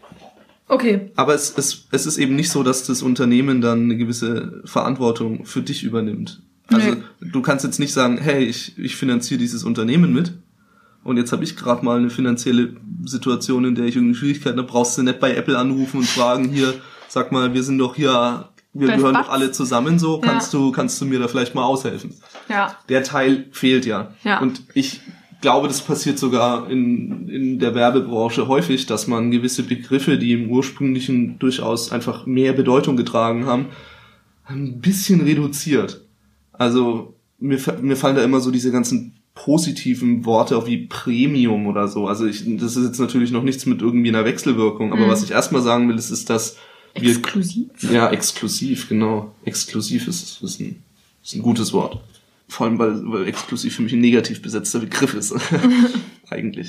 Okay. Aber es, es, es ist eben nicht so, dass das Unternehmen dann eine gewisse Verantwortung für dich übernimmt. Also nee. Du kannst jetzt nicht sagen, hey, ich, ich finanziere dieses Unternehmen mit und jetzt habe ich gerade mal eine finanzielle Situation, in der ich irgendwie Schwierigkeiten habe, brauchst du nicht bei Apple anrufen und fragen, hier, sag mal, wir sind doch hier, wir Best gehören Buds. doch alle zusammen, so, ja. kannst du, kannst du mir da vielleicht mal aushelfen? Ja. Der Teil fehlt ja. ja. Und ich glaube, das passiert sogar in, in der Werbebranche häufig, dass man gewisse Begriffe, die im ursprünglichen durchaus einfach mehr Bedeutung getragen haben, ein bisschen reduziert. Also, mir, mir fallen da immer so diese ganzen positiven Worte auch wie Premium oder so. Also ich, das ist jetzt natürlich noch nichts mit irgendwie einer Wechselwirkung, aber mhm. was ich erstmal sagen will, ist, ist dass wir, exklusiv? Ja, exklusiv, genau. Exklusiv ist, ist, ein, ist ein gutes Wort. Vor allem, weil, weil exklusiv für mich ein negativ besetzter Begriff ist. Eigentlich.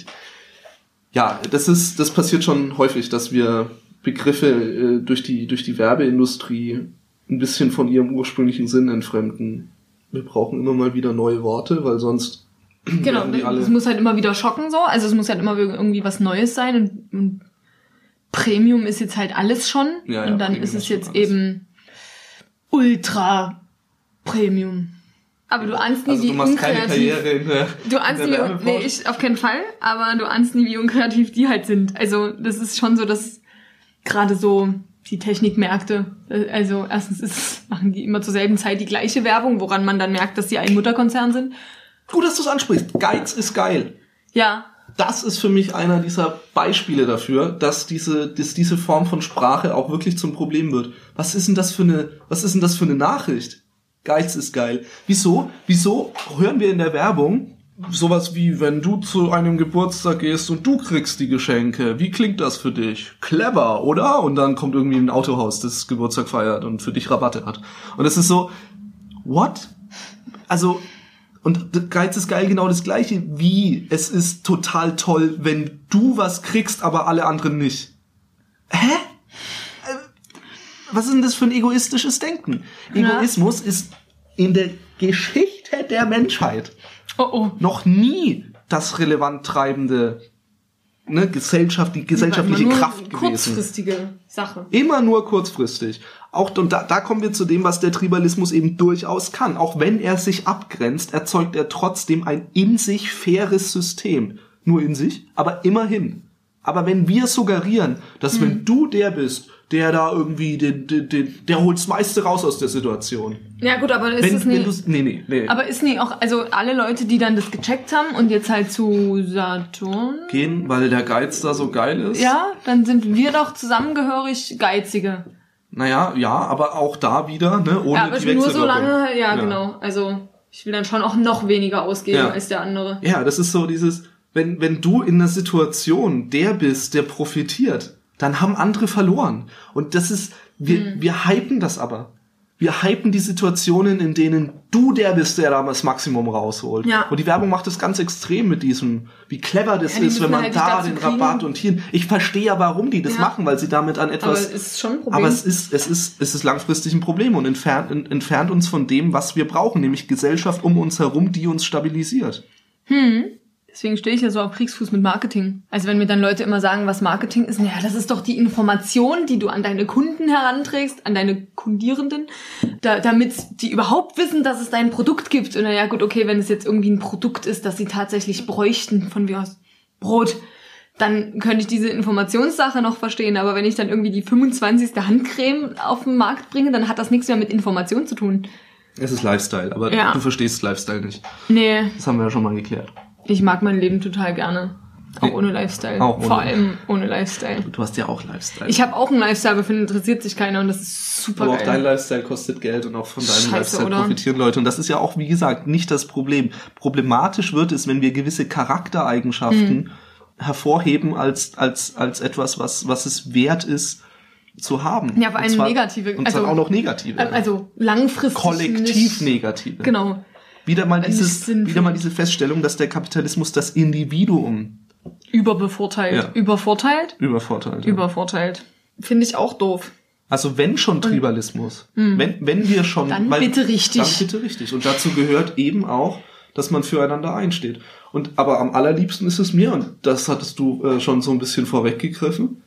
Ja, das ist, das passiert schon häufig, dass wir Begriffe äh, durch die, durch die Werbeindustrie ein bisschen von ihrem ursprünglichen Sinn entfremden. Wir brauchen immer mal wieder neue Worte, weil sonst genau, es muss halt immer wieder schocken so, also es muss halt immer irgendwie was Neues sein und, und Premium ist jetzt halt alles schon ja, ja, und dann Premium ist es ist jetzt alles. Eben Ultra Premium. Aber du ahnst nie, also wie du machst unkreativ... keine Karriere in der, du ahnst nie, wie, nee, ich auf keinen Fall, aber du ahnst nie, wie unkreativ die halt sind. Also das ist schon so, dass gerade so die Technikmärkte, also erstens ist, machen die immer zur selben Zeit die gleiche Werbung, woran man dann merkt, dass die ein Mutterkonzern sind. Gut, dass du es ansprichst. Geiz ist geil. Ja. Das ist für mich einer dieser Beispiele dafür, dass diese, dass diese Form von Sprache auch wirklich zum Problem wird. Was ist denn das für eine, was ist denn das für eine Nachricht? Geiz ist geil. Wieso? Wieso hören wir in der Werbung sowas wie, wenn du zu einem Geburtstag gehst und du kriegst die Geschenke? Wie klingt das für dich? Clever, oder? Und dann kommt irgendwie ein Autohaus, das Geburtstag feiert und für dich Rabatte hat. Und es ist so, what? Also, und Geiz ist geil, genau das Gleiche. Wie? Es ist total toll, wenn du was kriegst, aber alle anderen nicht. Hä? Was ist denn das für ein egoistisches Denken? Ja. Egoismus ist in der Geschichte der Menschheit oh, oh. noch nie das relevant treibende, ne, Gesellschaft, die gesellschaftliche immer nur Kraft gewesen. Kurzfristige Sache. Immer nur kurzfristig. auch, und da, da kommen wir zu dem, was der Tribalismus eben durchaus kann. Auch wenn er sich abgrenzt, erzeugt er trotzdem ein in sich faires System. Nur in sich, aber immerhin. Aber wenn wir suggerieren, dass hm. wenn du der bist, der da irgendwie, den, den, den, der holt das meiste raus aus der Situation. Ja gut, aber ist wenn, es nicht... Nee, nee, nee. Aber ist nicht auch, also alle Leute, die dann das gecheckt haben und jetzt halt zu Saturn... Gehen, weil der Geiz da so geil ist? Ja, dann sind wir doch zusammengehörig Geizige. Naja, ja, aber auch da wieder, ne, ohne ja, aber die ich will nur so lange, ja, ja, ja, genau. Also ich will dann schon auch noch weniger ausgeben ja. als der andere. Ja, das ist so dieses, wenn, wenn du in einer Situation der bist, der profitiert, dann haben andere verloren. Und das ist, wir, mhm. wir hypen das aber. Wir hypen die Situationen, in denen du der bist, der da das Maximum rausholt. Ja. Und die Werbung macht das ganz extrem mit diesem, wie clever das ja, ist, wenn man halt da den Rabatt und hier. Ich verstehe ja, warum die das ja. machen, weil sie damit an etwas... Aber es ist schon ein Problem. Aber es ist, es ist, es ist langfristig ein Problem und entfernt, entfernt uns von dem, was wir brauchen, nämlich Gesellschaft um uns herum, die uns stabilisiert. Hm. Deswegen stehe ich ja so auf Kriegsfuß mit Marketing. Also wenn mir dann Leute immer sagen, was Marketing ist, naja, das ist doch die Information, die du an deine Kunden heranträgst, an deine Kundierenden, da, damit die überhaupt wissen, dass es dein Produkt gibt. Und naja, gut, okay, wenn es jetzt irgendwie ein Produkt ist, das sie tatsächlich bräuchten, von mir aus Brot, dann könnte ich diese Informationssache noch verstehen. Aber wenn ich dann irgendwie die fünfundzwanzigste Handcreme auf den Markt bringe, dann hat das nichts mehr mit Information zu tun. Es ist Lifestyle, aber ja. du verstehst Lifestyle nicht. Nee. Das haben wir ja schon mal geklärt. Ich mag mein Leben total gerne. Auch ohne Lifestyle. Auch ohne. Vor allem ohne Lifestyle. Du hast ja auch Lifestyle. Ich habe auch einen Lifestyle, aber für den interessiert sich keiner und das ist super geil. Aber auch dein Lifestyle kostet Geld und auch von deinem Scheiße, Lifestyle oder? profitieren Leute. Und das ist ja auch, wie gesagt, nicht das Problem. Problematisch wird es, wenn wir gewisse Charaktereigenschaften hm. hervorheben als als als etwas, was was es wert ist zu haben. Ja, vor allem negative. Und zwar also, auch noch negative. Also langfristig kollektiv nicht, negative. Genau. Wieder mal dieses, wieder mal diese Feststellung, dass der Kapitalismus das Individuum überbevorteilt, ja. übervorteilt, übervorteilt, ja. übervorteilt. Finde ich auch doof. Also wenn schon Tribalismus, und, wenn wenn wir schon, dann weil, bitte richtig, dann bitte richtig. Und dazu gehört eben auch, dass man füreinander einsteht. Und aber am allerliebsten ist es mir, und das hattest du äh, schon so ein bisschen vorweggegriffen,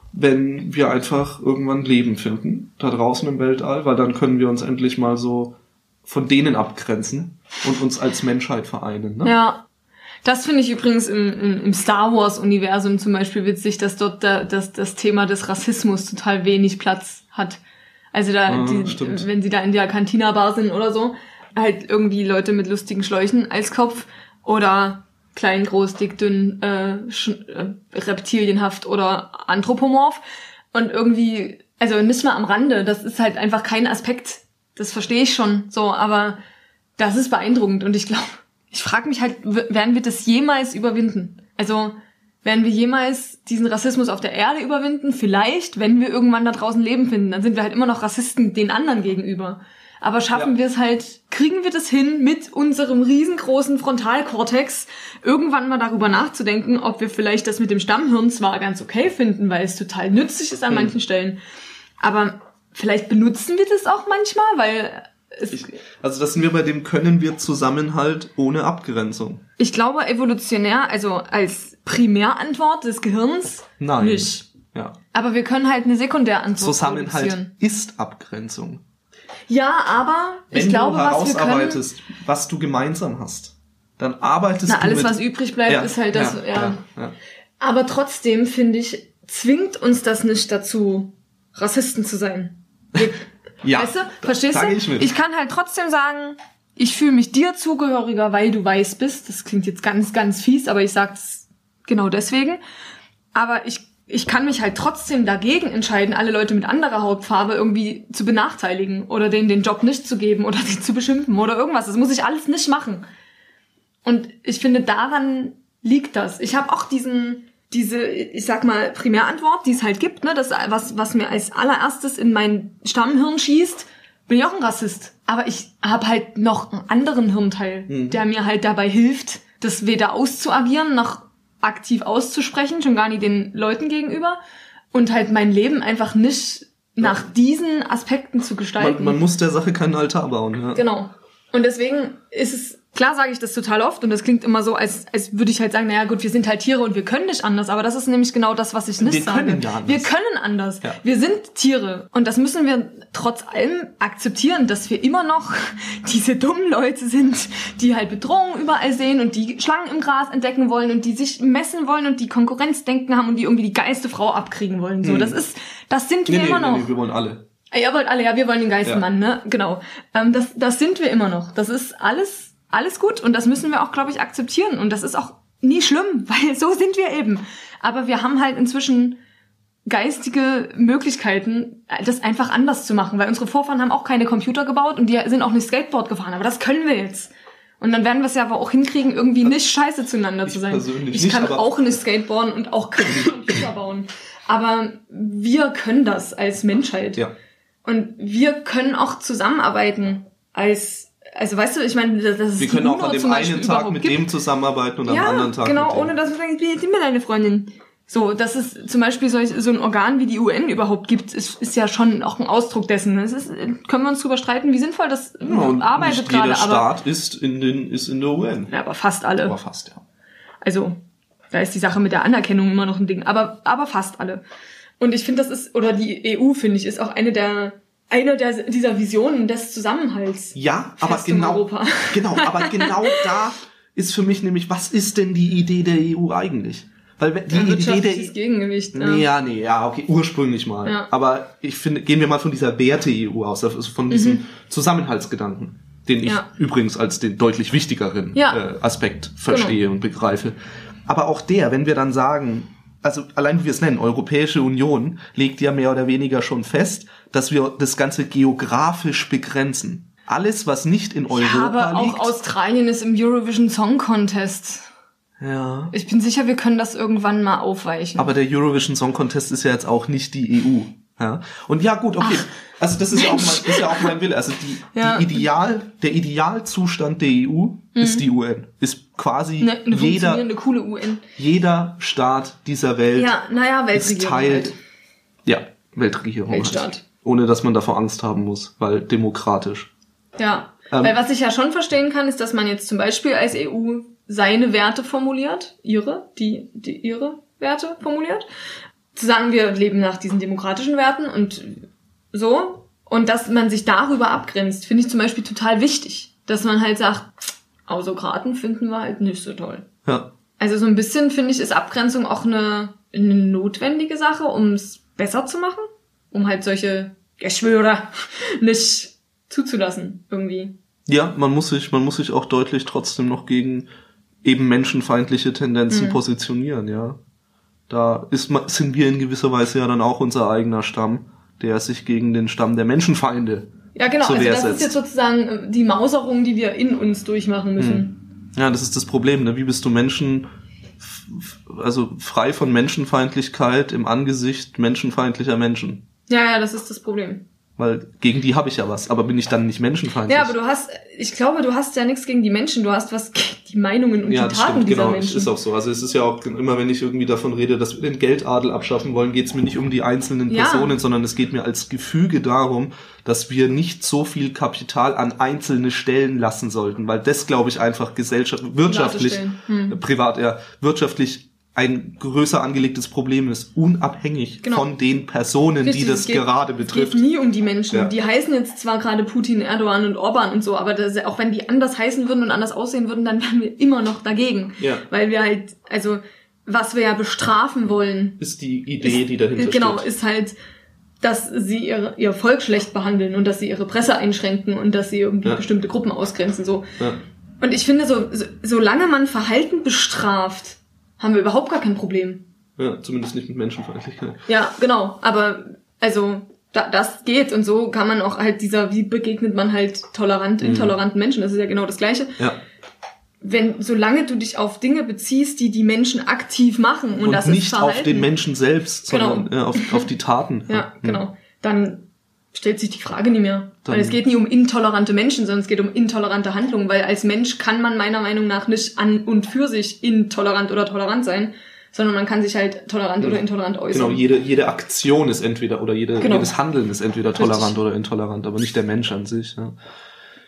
wenn wir einfach irgendwann Leben finden da draußen im Weltall, weil dann können wir uns endlich mal so von denen abgrenzen und uns als Menschheit vereinen. Ne? Ja, das finde ich übrigens im, im, im Star Wars-Universum zum Beispiel witzig, dass dort da, das, das Thema des Rassismus total wenig Platz hat. Also da, ah, die, wenn sie da in der Cantina-Bar sind oder so, halt irgendwie Leute mit lustigen Schläuchen als Kopf oder klein, groß, dick, dünn, äh, sch- äh, reptilienhaft oder anthropomorph und irgendwie, also nicht mal am Rande, das ist halt einfach kein Aspekt. Das verstehe ich schon so, aber das ist beeindruckend und ich glaube, ich frage mich halt, w- werden wir das jemals überwinden? Also werden wir jemals diesen Rassismus auf der Erde überwinden? Vielleicht, wenn wir irgendwann da draußen Leben finden, dann sind wir halt immer noch Rassisten den anderen gegenüber. Aber schaffen ja. wir es halt, kriegen wir das hin, mit unserem riesengroßen Frontalkortex irgendwann mal darüber nachzudenken, ob wir vielleicht das mit dem Stammhirn zwar ganz okay finden, weil es total nützlich ist an hm. manchen Stellen, aber vielleicht benutzen wir das auch manchmal, weil es... Ich, also das sind wir bei dem können wir Zusammenhalt ohne Abgrenzung. Ich glaube evolutionär, also als Primärantwort des Gehirns, Nein. nicht. Ja. Aber wir können halt eine Sekundärantwort Zusammenhalt produzieren. ist Abgrenzung. Ja, aber Wenn ich glaube, du was wir können... herausarbeitest, was du gemeinsam hast, dann arbeitest Na, du alles, mit... was übrig bleibt, ja, ist halt das... Ja, Ja, ja, ja. Aber trotzdem, finde ich, zwingt uns das nicht dazu, Rassisten zu sein. Wir, ja, weißt du? Verstehst du? Ich, mit. ich kann halt trotzdem sagen, ich fühle mich dir zugehöriger, weil du weiß bist. Das klingt jetzt ganz, ganz fies, aber ich sag's genau deswegen. Aber ich, ich kann mich halt trotzdem dagegen entscheiden, alle Leute mit anderer Hautfarbe irgendwie zu benachteiligen oder denen den Job nicht zu geben oder die zu beschimpfen oder irgendwas. Das muss ich alles nicht machen. Und ich finde, daran liegt das. Ich habe auch diesen... diese, ich sag mal, Primärantwort, die es halt gibt, ne, das, was, was mir als allererstes in mein Stammhirn schießt, bin ich auch ein Rassist. Aber ich habe halt noch einen anderen Hirnteil, mhm. der mir halt dabei hilft, das weder auszuagieren, noch aktiv auszusprechen, schon gar nicht den Leuten gegenüber. Und halt mein Leben einfach nicht nach ja. diesen Aspekten zu gestalten. Man, man muss der Sache keinen Altar bauen. Ja. Genau. Und deswegen ist es Klar sage ich das total oft und das klingt immer so, als, als würde ich halt sagen, naja gut, wir sind halt Tiere und wir können nicht anders, aber das ist nämlich genau das, was ich nicht wir sage. Können ja anders. Wir können anders. Ja. Wir sind Tiere und das müssen wir trotz allem akzeptieren, dass wir immer noch diese dummen Leute sind, die halt Bedrohungen überall sehen und die Schlangen im Gras entdecken wollen und die sich messen wollen und die Konkurrenzdenken haben und die irgendwie die geilste Frau abkriegen wollen. So, hm. das ist, das sind wir nee, immer nee, noch. Nee, nee, wir wollen alle. Ihr wollt alle, ja, wir wollen den geilsten ja. Mann, ne? Genau. Ähm, das, das sind wir immer noch. Das ist alles Alles gut und das müssen wir auch, glaube ich, akzeptieren. Und das ist auch nie schlimm, weil so sind wir eben. Aber wir haben halt inzwischen geistige Möglichkeiten, das einfach anders zu machen. Weil unsere Vorfahren haben auch keine Computer gebaut und die sind auch nicht Skateboard gefahren. Aber das können wir jetzt. Und dann werden wir es ja aber auch hinkriegen, irgendwie nicht scheiße zueinander ich zu sein. Persönlich ich nicht, kann aber auch nicht Skateboarden und auch keinen Computer bauen. Aber wir können das als Menschheit. Ja. Und wir können auch zusammenarbeiten als Also weißt du, ich meine, das ist wir können auch an dem einen Tag mit dem zusammenarbeiten und ja, am anderen Tag genau, mit dem. ohne dass wir sagen, ich bin mir deine Freundin. So, dass es zum Beispiel solch, so ein Organ wie die U N überhaupt gibt, ist, ist ja schon auch ein Ausdruck dessen. Das ist, können wir uns drüber streiten, wie sinnvoll das ja, und arbeitet nicht gerade. Jeder aber Staat ist in den ist in der U N. Ja, aber fast alle. Aber fast, ja. Also da ist die Sache mit der Anerkennung immer noch ein Ding, aber aber fast alle. Und ich finde, das ist, oder die E U, finde ich, ist auch eine der Eine der, dieser Visionen des Zusammenhalts. Ja, aber genau, genau, aber genau da ist für mich nämlich, was ist denn die Idee der E U eigentlich? Weil die ja, Idee der Gegengewicht. Nee, ja, nee, ja, okay, ursprünglich mal. Ja. Aber ich finde, gehen wir mal von dieser Werte-E U aus, also von diesem mhm. Zusammenhaltsgedanken, den ich ja. übrigens als den deutlich wichtigeren ja. äh, Aspekt verstehe genau. und begreife. Aber auch der, wenn wir dann sagen, also allein wie wir es nennen, Europäische Union legt ja mehr oder weniger schon fest, dass wir das Ganze geografisch begrenzen. Alles, was nicht in Europa ja, aber liegt. Auch Australien ist im Eurovision Song Contest. Ja. Ich bin sicher, wir können das irgendwann mal aufweichen. Aber der Eurovision Song Contest ist ja jetzt auch nicht die E U. Ja. Und ja, gut, okay. Ach, also das ist ja, auch mein, ist ja auch mein Wille. Also die, ja. die Ideal, der Idealzustand der E U mhm. ist die U N. Ist quasi eine, eine jeder, eine coole U N. Jeder Staat dieser Welt ja, naja, ist Teil, halt. ja, Weltregierung. Weltstaat. Halt. Ohne dass man davor Angst haben muss, weil demokratisch. Ja, ähm, weil was ich ja schon verstehen kann, ist, dass man jetzt zum Beispiel als E U seine Werte formuliert, ihre, die, die ihre Werte formuliert. Zu sagen, wir leben nach diesen demokratischen Werten und so. Und dass man sich darüber abgrenzt, finde ich zum Beispiel total wichtig. Dass man halt sagt, Autokraten finden wir halt nicht so toll. Ja. Also so ein bisschen, finde ich, ist Abgrenzung auch eine, eine notwendige Sache, um es besser zu machen. Um halt solche Geschwüre nicht zuzulassen, irgendwie. Ja, man muss sich, man muss sich auch deutlich trotzdem noch gegen eben menschenfeindliche Tendenzen mhm. positionieren, ja. Da ist, sind wir in gewisser Weise ja dann auch unser eigener Stamm, der sich gegen den Stamm der Menschenfeinde ja, genau, zur also Wehr das setzt. Ist jetzt sozusagen die Mauserung, die wir in uns durchmachen müssen. Hm. Ja, das ist das Problem, ne? Wie bist du Menschen, also frei von Menschenfeindlichkeit im Angesicht menschenfeindlicher Menschen? Ja, ja, das ist das Problem. Weil gegen die habe ich ja was, aber bin ich dann nicht menschenfeindlich? Ja, aber du hast, ich glaube, du hast ja nichts gegen die Menschen, du hast was gegen die Meinungen und ja, die Taten stimmt, dieser genau, Menschen. Ja, ist auch so. Also es ist ja auch immer, wenn ich irgendwie davon rede, dass wir den Geldadel abschaffen wollen, geht es mir nicht um die einzelnen ja. Personen, sondern es geht mir als Gefüge darum, dass wir nicht so viel Kapital an einzelne Stellen lassen sollten, weil das, glaube ich, einfach gesellschaft, wirtschaftlich, hm. privat, ja, wirtschaftlich ein größer angelegtes Problem ist, unabhängig genau. von den Personen, Richtig, die das geht, gerade betrifft. Es geht nie um die Menschen. Ja. Die heißen jetzt zwar gerade Putin, Erdogan und Orban und so, aber das, auch wenn die anders heißen würden und anders aussehen würden, dann wären wir immer noch dagegen. Ja. Weil wir halt, also was wir ja bestrafen wollen, ist die Idee, ist, die dahinter genau, steht. Genau, ist halt, dass sie ihre, ihr Volk schlecht behandeln und dass sie ihre Presse einschränken und dass sie irgendwie ja. bestimmte Gruppen ausgrenzen. So. Ja. Und ich finde, so, so solange man Verhalten bestraft, haben wir überhaupt gar kein Problem. Ja, zumindest nicht mit Menschenfeindlichkeit. Ja, genau. Aber, also, da, das geht. Und so kann man auch halt dieser, wie begegnet man halt tolerant, mhm. intoleranten Menschen? Das ist ja genau das Gleiche. Ja. Wenn, solange du dich auf Dinge beziehst, die die Menschen aktiv machen, und, und das ist nicht Verhalten. Auf den Menschen selbst, sondern genau. äh, auf, auf die Taten. Ja, mhm. genau. Dann stellt sich die Frage nie mehr. Dann weil es geht nie um intolerante Menschen, sondern es geht um intolerante Handlungen, weil als Mensch kann man meiner Meinung nach nicht an und für sich intolerant oder tolerant sein, sondern man kann sich halt tolerant mhm. oder intolerant äußern. Genau, jede jede Aktion ist entweder, oder jede, genau. jedes Handeln ist entweder tolerant Richtig. oder intolerant, aber nicht der Mensch an sich. Ja.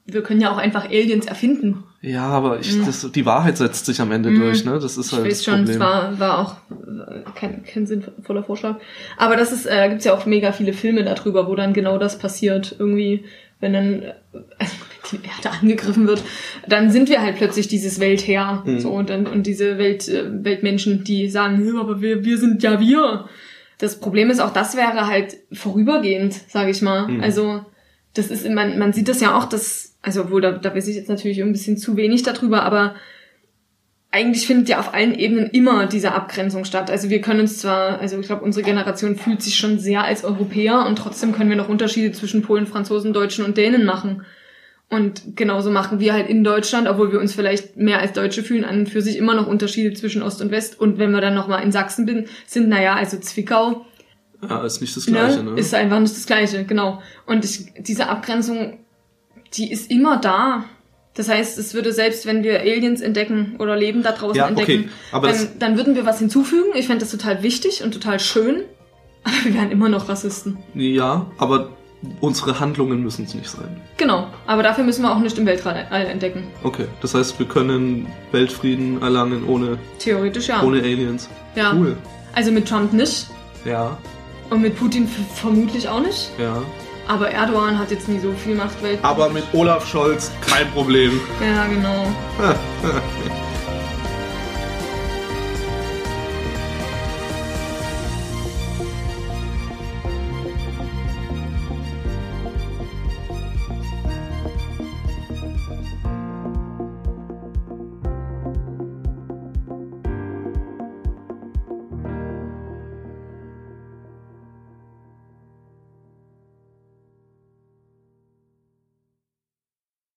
wir können ja auch einfach Aliens erfinden. Ja, aber ich, das, die Wahrheit setzt sich am Ende mhm. durch, ne? Das ist halt ich weiß das schon, Problem. es war, war auch kein, kein sinnvoller Vorschlag. Aber das ist, äh, gibt's ja auch mega viele Filme darüber, wo dann genau das passiert. Irgendwie, wenn dann also die Erde angegriffen wird, dann sind wir halt plötzlich dieses Weltherr. Mhm. So, und dann, und diese Welt, äh, Weltmenschen, die sagen, ja, aber wir, wir sind ja wir. Das Problem ist auch, das wäre halt vorübergehend, sage ich mal. Mhm. Also, das ist, man, man sieht das ja auch, dass, also obwohl, da, da weiß ich jetzt natürlich ein bisschen zu wenig darüber, aber eigentlich findet ja auf allen Ebenen immer diese Abgrenzung statt. Also wir können uns zwar, also ich glaube, unsere Generation fühlt sich schon sehr als Europäer und trotzdem können wir noch Unterschiede zwischen Polen, Franzosen, Deutschen und Dänen machen. Und genauso machen wir halt in Deutschland, obwohl wir uns vielleicht mehr als Deutsche fühlen, an und für sich immer noch Unterschiede zwischen Ost und West. Und wenn wir dann nochmal in Sachsen bin, sind, naja, also Zwickau, ja, ist nicht das Gleiche, ne? ne? Ist einfach nicht das Gleiche, genau. Und ich, diese Abgrenzung, die ist immer da. Das heißt, es würde, selbst wenn wir Aliens entdecken oder Leben da draußen ja, entdecken, okay, aber dann, dann würden wir was hinzufügen. Ich fände das total wichtig und total schön. Aber wir wären immer noch Rassisten. Ja, aber unsere Handlungen müssen es nicht sein. Genau, aber dafür müssen wir auch nicht im Weltall entdecken. Okay, das heißt, wir können Weltfrieden erlangen ohne... Theoretisch ja. Ohne Aliens. Ja. Cool. Also mit Trump nicht. Ja. Und mit Putin f- vermutlich auch nicht. Ja. Aber Erdogan hat jetzt nie so viel Macht weltweit. Aber mit Olaf Scholz kein Problem. Ja, genau.